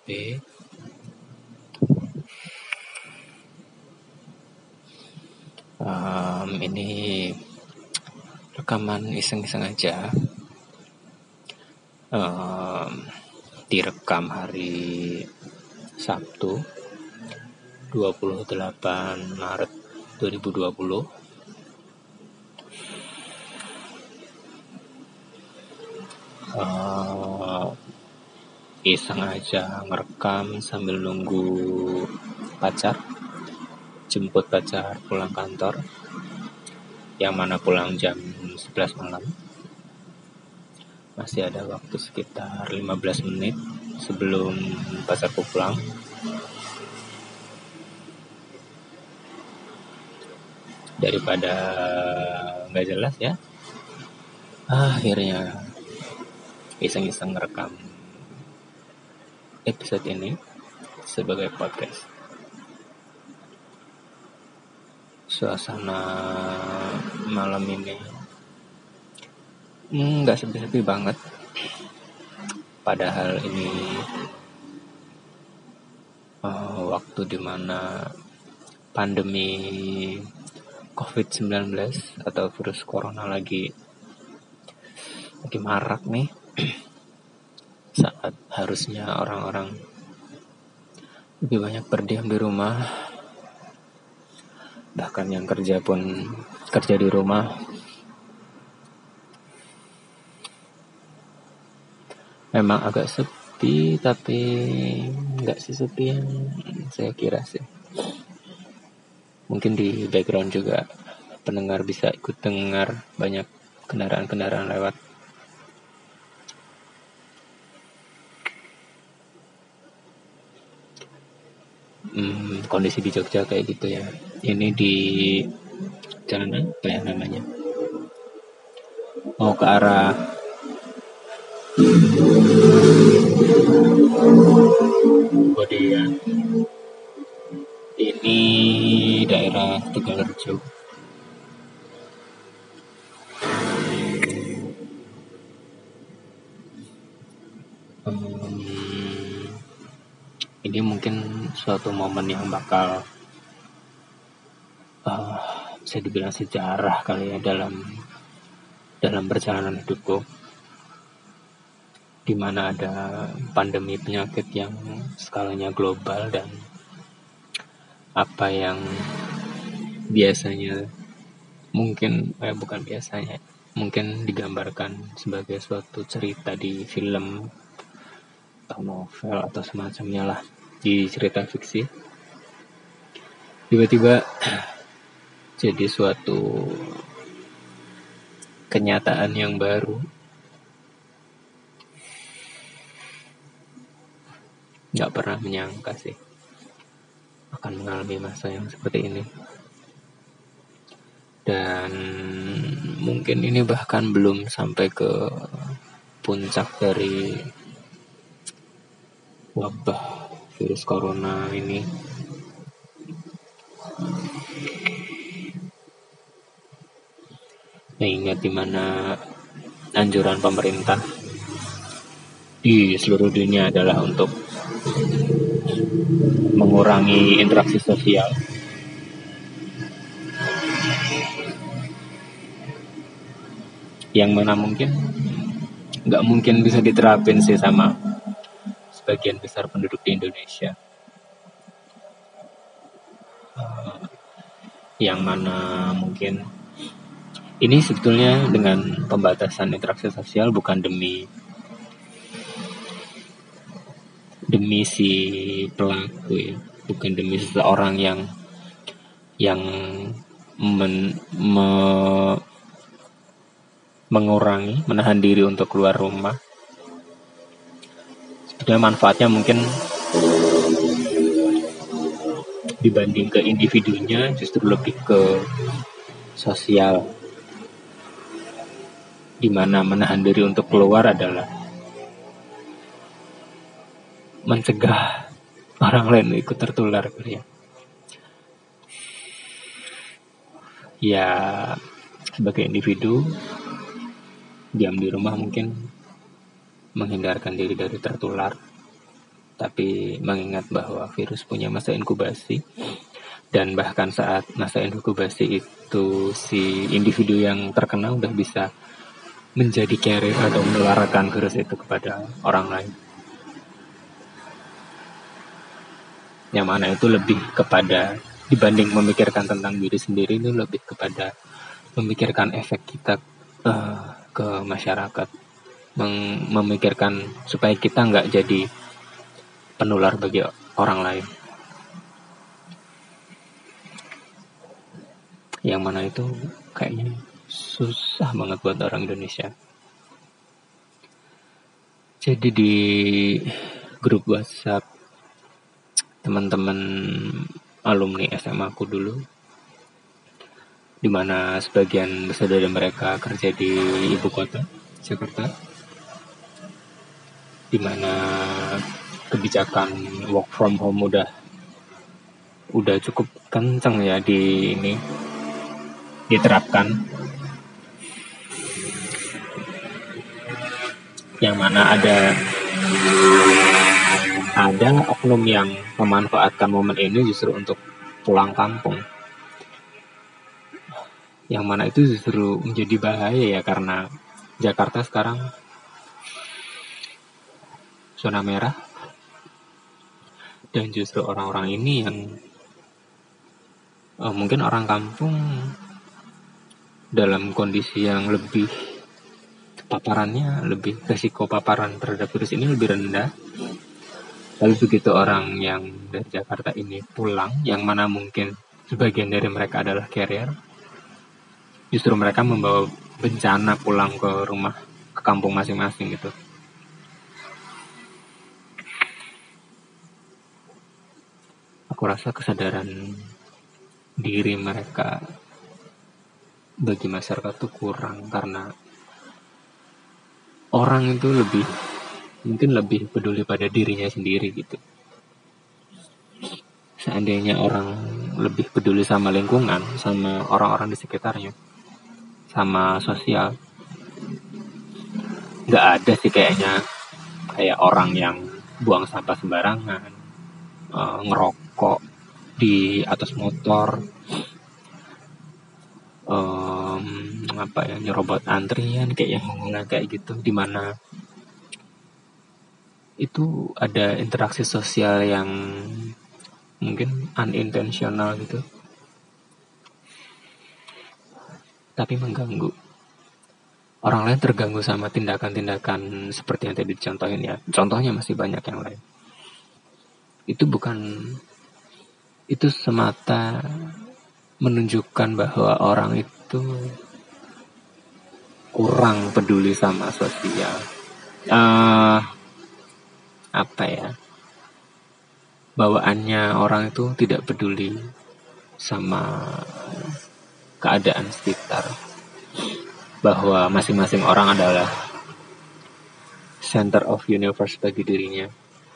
HP. Ini rekaman iseng-iseng aja. Direkam hari Sabtu 28 Maret 2020. Iseng aja ngerekam sambil nunggu pacar, jemput pacar pulang kantor, yang mana pulang jam 11 malam. Masih ada waktu sekitar 15 menit sebelum pacarku pulang. Daripada nggak jelas ya, akhirnya iseng-iseng ngerekam episode ini sebagai podcast. Suasana malam ini nggak sepi-sepi banget, padahal ini waktu dimana pandemi COVID-19 atau virus corona lagi marak nih. Saat harusnya orang-orang lebih banyak berdiam di rumah, bahkan yang kerja pun kerja di rumah. Memang agak sepi, tapi nggak sesepi yang saya kira sih. Mungkin di background juga pendengar bisa ikut dengar banyak kendaraan-kendaraan lewat. Kondisi di Jogja kayak gitu ya. Ini di jalan apa ya namanya? Mau ke arah Bodea. Ini daerah Tegalrejo. Ini mungkin suatu momen yang bakal bisa dibilang sejarah kali ya dalam perjalanan hidupku, di mana ada pandemi penyakit yang skalanya global, dan apa yang biasanya mungkin digambarkan sebagai suatu cerita di film atau novel atau semacamnya lah, di cerita fiksi, tiba-tiba jadi suatu kenyataan yang baru. Gak pernah menyangka sih akan mengalami masa yang seperti ini. Dan mungkin ini bahkan belum sampai ke puncak dari wabah virus corona ini. Ingat dimana anjuran pemerintah di seluruh dunia adalah untuk mengurangi interaksi sosial. Yang mana nggak mungkin bisa diterapin sih sama sebagian besar penduduk di Indonesia. Yang mana mungkin ini sebetulnya dengan pembatasan interaksi sosial bukan demi si pelaku ya, bukan demi seseorang yang mengurangi, menahan diri untuk keluar rumah. Sebetulnya manfaatnya mungkin dibanding ke individunya justru lebih ke sosial, di mana menahan diri untuk keluar adalah mencegah orang lain ikut tertular ya. Sebagai individu diam di rumah mungkin menghindarkan diri dari tertular, tapi mengingat bahwa virus punya masa inkubasi, dan bahkan saat masa inkubasi itu si individu yang terkena udah bisa menjadi carrier atau menularkan virus itu kepada orang lain. Yang mana itu lebih kepada, dibanding memikirkan tentang diri sendiri, itu lebih kepada memikirkan efek kita ke masyarakat, memikirkan supaya kita nggak jadi penular bagi orang lain. Yang mana itu kayaknya susah banget buat orang Indonesia. Jadi di grup WhatsApp teman-teman alumni SMA aku dulu, dimana sebagian besar dari mereka kerja di ibu kota Jakarta, dimana kebijakan work from home udah cukup kenceng ya diterapkan, yang mana ada oknum yang memanfaatkan momen ini justru untuk pulang kampung, yang mana itu justru menjadi bahaya ya, karena Jakarta sekarang zona merah, dan justru orang-orang ini yang mungkin orang kampung dalam kondisi yang lebih resiko paparan terhadap virus ini lebih rendah. Lalu begitu orang yang dari Jakarta ini pulang, yang mana mungkin sebagian dari mereka adalah carrier, justru mereka membawa bencana pulang ke rumah, ke kampung masing-masing gitu. Aku rasa kesadaran diri mereka bagi masyarakat tuh kurang, karena orang itu mungkin lebih peduli pada dirinya sendiri gitu. Seandainya orang lebih peduli sama lingkungan, sama orang-orang di sekitarnya, sama sosial, nggak ada sih kayaknya kayak orang yang buang sampah sembarangan, ngerokok di atas motor, nyerobot antrian kayak yang mengulang kayak gitu, dimana itu ada interaksi sosial yang mungkin unintentional gitu, tapi mengganggu. Orang lain terganggu sama tindakan-tindakan seperti yang tadi dicontohin ya. Contohnya masih banyak yang lain. Itu semata menunjukkan bahwa orang itu kurang peduli sama sosial. Bawaannya orang itu tidak peduli sama keadaan sekitar, bahwa masing-masing orang adalah center of universe bagi dirinya.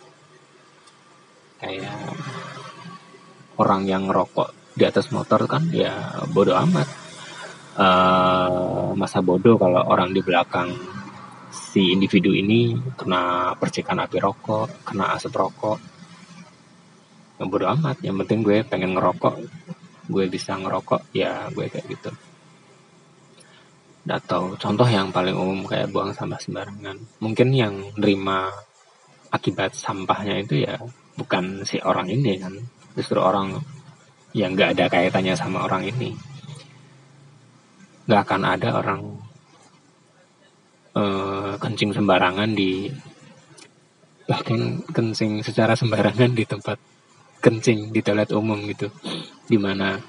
Kayak orang yang ngerokok di atas motor kan ya bodo amat, masa bodoh kalau orang di belakang si individu ini kena percikan api rokok, kena asap rokok. Yang bodo amat, yang penting gue pengen ngerokok, gue bisa ngerokok, ya gue kayak gitu. Atau contoh yang paling umum kayak buang sampah sembarangan. Mungkin yang nerima akibat sampahnya itu ya bukan si orang ini kan, justru orang yang gak ada kaitannya sama orang ini. Gak akan ada orang kencing sembarangan bahkan kencing secara sembarangan di tempat kencing di toilet umum gitu, dimana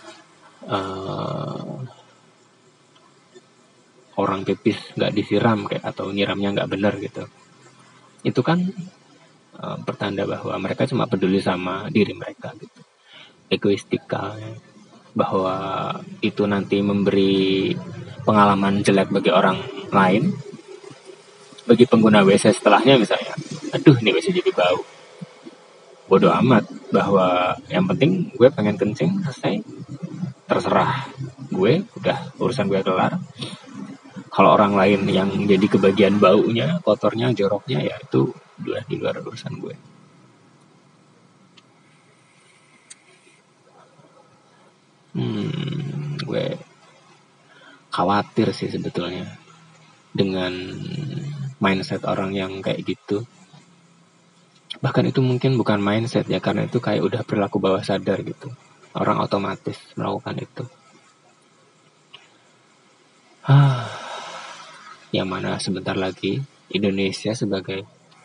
orang pipis nggak disiram kayak, atau nyiramnya nggak benar gitu. Itu kan pertanda bahwa mereka cuma peduli sama diri mereka gitu, egoistikal, bahwa itu nanti memberi pengalaman jelek bagi orang lain, bagi pengguna WC setelahnya misalnya. Aduh, ini WC jadi bau. Bodoh amat, bahwa yang penting gue pengen kencing, selesai, terserah gue, udah urusan gue kelar. Kalau orang lain yang jadi kebagian baunya, kotornya, joroknya, ya itu udah di luar urusan gue. Gue khawatir sih sebetulnya dengan mindset orang yang kayak gitu. Bahkan itu mungkin bukan mindset ya, karena itu kayak udah perilaku bawah sadar gitu. Orang otomatis melakukan itu. Yang mana sebentar lagi Indonesia sebagai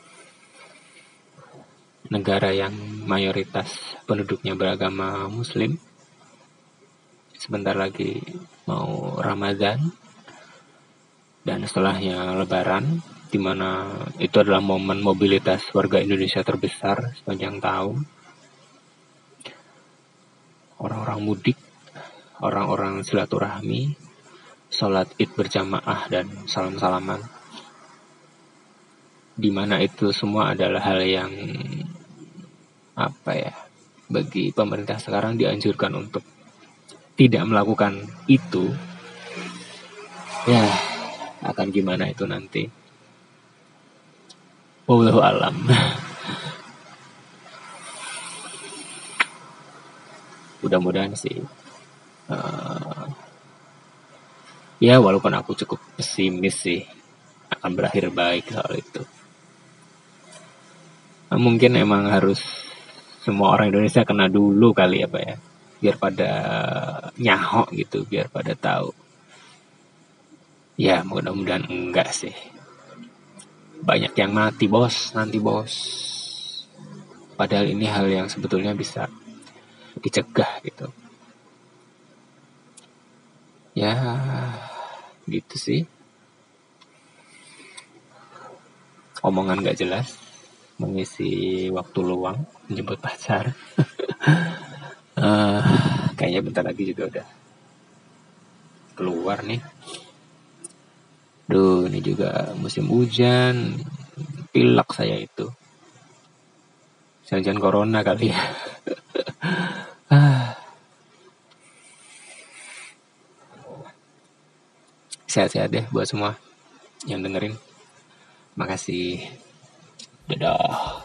negara yang mayoritas penduduknya beragama Muslim, sebentar lagi mau Ramadan dan setelahnya Lebaran, di mana itu adalah momen mobilitas warga Indonesia terbesar sepanjang tahun. Orang-orang mudik, orang-orang silaturahmi, sholat id berjamaah dan salam-salaman, di mana itu semua adalah hal yang bagi pemerintah sekarang dianjurkan untuk tidak melakukan itu. Ya, akan gimana itu nanti, wallahu alam. Mudah-mudahan sih ya walaupun aku cukup pesimis sih akan berakhir baik soal itu. Mungkin emang harus semua orang Indonesia kena dulu kali apa ya, biar pada nyahok gitu, biar pada tahu. Ya mudah-mudahan enggak sih. Banyak yang mati bos, nanti bos. Padahal ini hal yang sebetulnya bisa dicegah gitu. Ya gitu sih. Omongan gak jelas, mengisi waktu luang, menjemput pacar. Kayaknya bentar lagi juga udah keluar nih. Duh, ini juga musim hujan, pilek saya itu. Jangan corona kali ya. Sehat-sehat deh buat semua yang dengerin. Makasih. Dadah.